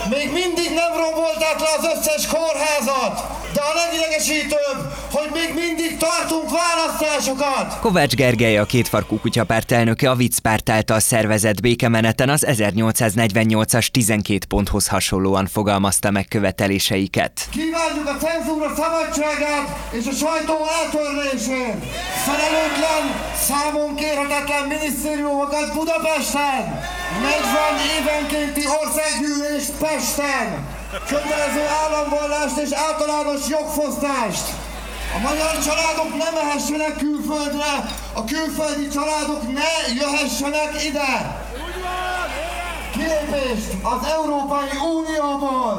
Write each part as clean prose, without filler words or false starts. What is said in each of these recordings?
Még mindig nem rombolták le az összes kórházat, de a legidegesítőbb, hogy még mindig tartunk választásokat. Kovács Gergely, a Kétfarkú Kutyapárt elnöke a Vicc Párt által szervezett békemeneten az 1848-as 12 ponthoz hasonlóan fogalmazta meg követeléseiket. Kívánjuk a cenzúra szabadságát és a sajtó eltörlését. Felelőtlen, számon kérhetetlen minisztériumokat Budapesten. 40 évenkénti országgyűlést Pesten. Kötelező államvallást és általános jogfosztást. A magyar családok ne mehessenek külföldre, a külföldi családok ne jöhessenek ide. Kilépést az Európai Unióból.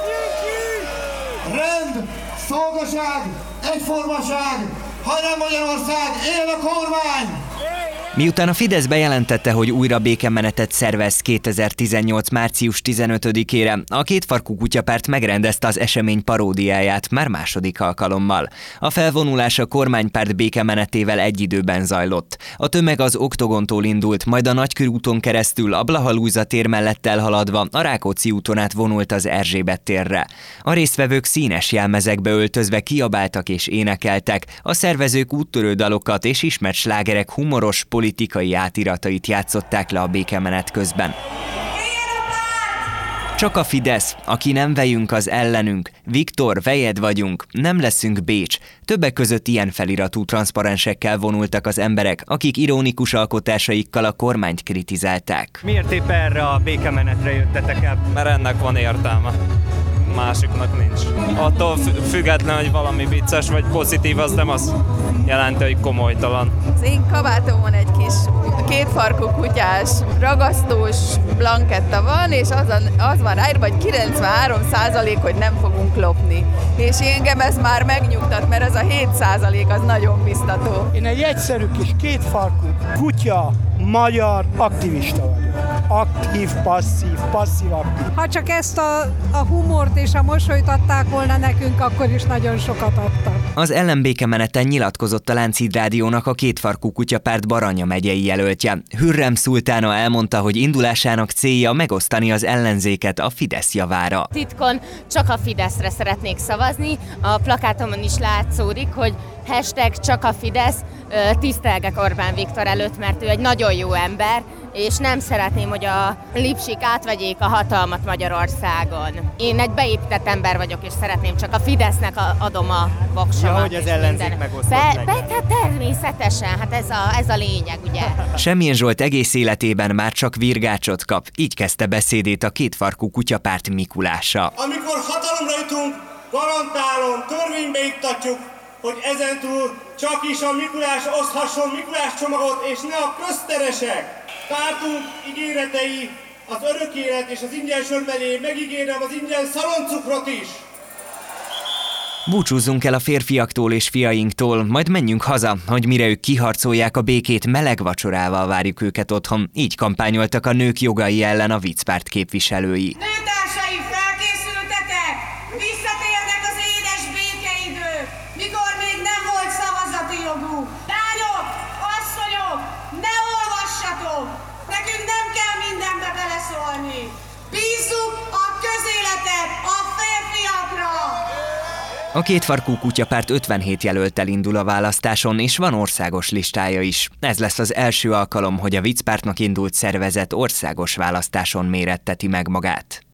Rend, szolgaság, egyformaság, hajrá Magyarország, éljen a kormány! Miután a Fidesz bejelentette, hogy újra békemenetet szervez 2018. március 15-ére, a Kétfarkú Kutyapárt megrendezte az esemény paródiáját már második alkalommal. A felvonulás a kormánypárt békemenetével egy időben zajlott. A tömeg az Oktogontól indult, majd a Nagykörúton keresztül a Blaha Lujza tér mellett elhaladva a Rákóczi úton át vonult az Erzsébet térre. A résztvevők színes jelmezekbe öltözve kiabáltak és énekeltek, a szervezők úttörő dalokat és ismert slágerek humoros, politikai átiratait játszották le a békemenet közben. Csak a Fidesz, aki nem vejünk, az ellenünk. Viktor, vejed vagyunk, nem leszünk Bécs. Többek között ilyen feliratú transzparensekkel vonultak az emberek, akik ironikus alkotásaikkal a kormányt kritizálták. Miért épp erre a békemenetre jöttetek el? Mert ennek van értelme. Másiknak nincs. Attól független, hogy valami vicces vagy pozitív, az nem azt jelenti, hogy komolytalan. Az én kabátomon egy kis kétfarkú kutyás, ragasztós blanketta van, és az van ráírva, hogy 93%, hogy nem fogunk lopni. És engem ez már megnyugtat, mert ez a 7% az nagyon biztató. Én egy egyszerű kis kétfarkú kutya, magyar aktivista vagyok. Aktív, passzív, aktív. Ha csak ezt a humort és a mosolyt adták volna nekünk, akkor is nagyon sokat adtak. Az ellenbékemeneten nyilatkozott a Lánchíd Rádiónak a Kétfarkú Kutyapárt Baranya megyei jelöltje. Hürrem Szultána elmondta, hogy indulásának célja megosztani az ellenzéket a Fidesz javára. Titkon csak a Fideszre szeretnék szavazni. A plakátomon is látszódik, hogy #csak a Fidesz, tisztelgek Orbán Viktor előtt, mert ő egy nagyon jó ember, és nem szeretném, hogy a lipsik átvegyék a hatalmat Magyarországon. Én egy beépített ember vagyok, és szeretném, csak a Fidesznek adom a voksomat. Ja, hogy az ellenzék megosztott legyen. Természetesen, hát ez a lényeg, ugye. Semmilyen Zsolt egész életében már csak virgácsot kap, így kezdte beszédét a Kétfarkú Kutyapárt Mikulása. Amikor hatalomra jutunk, garantálom, törvénybe iktatjuk, hogy ezentúl csak is a Mikulás oszthasson Mikulás csomagot, és ne a közteresek. Pártunk ígéretei, az örök élet és az ingyen sör mellé megígérem az ingyen szaloncukrot is. Búcsúzzunk el a férfiaktól és fiainktól, majd menjünk haza, hogy mire ők kiharcolják a békét, meleg vacsorával várjuk őket otthon. Így kampányoltak a nők jogai ellen a Vicc Párt képviselői. Nőtársaim, felkészültetek? Visszatérnek az édes békeidők, mikor még nem volt szavazati jogunk. Lányok, asszonyok, ne olvassatok! Nekünk nem kell mindenbe beleszólni. Bízzuk a közéletet a férfiakra! A Kétfarkú Kutyapárt 57 jelölttel indul a választáson, és van országos listája is. Ez lesz az első alkalom, hogy a Vicc Pártnak indult szervezet országos választáson méretteti meg magát.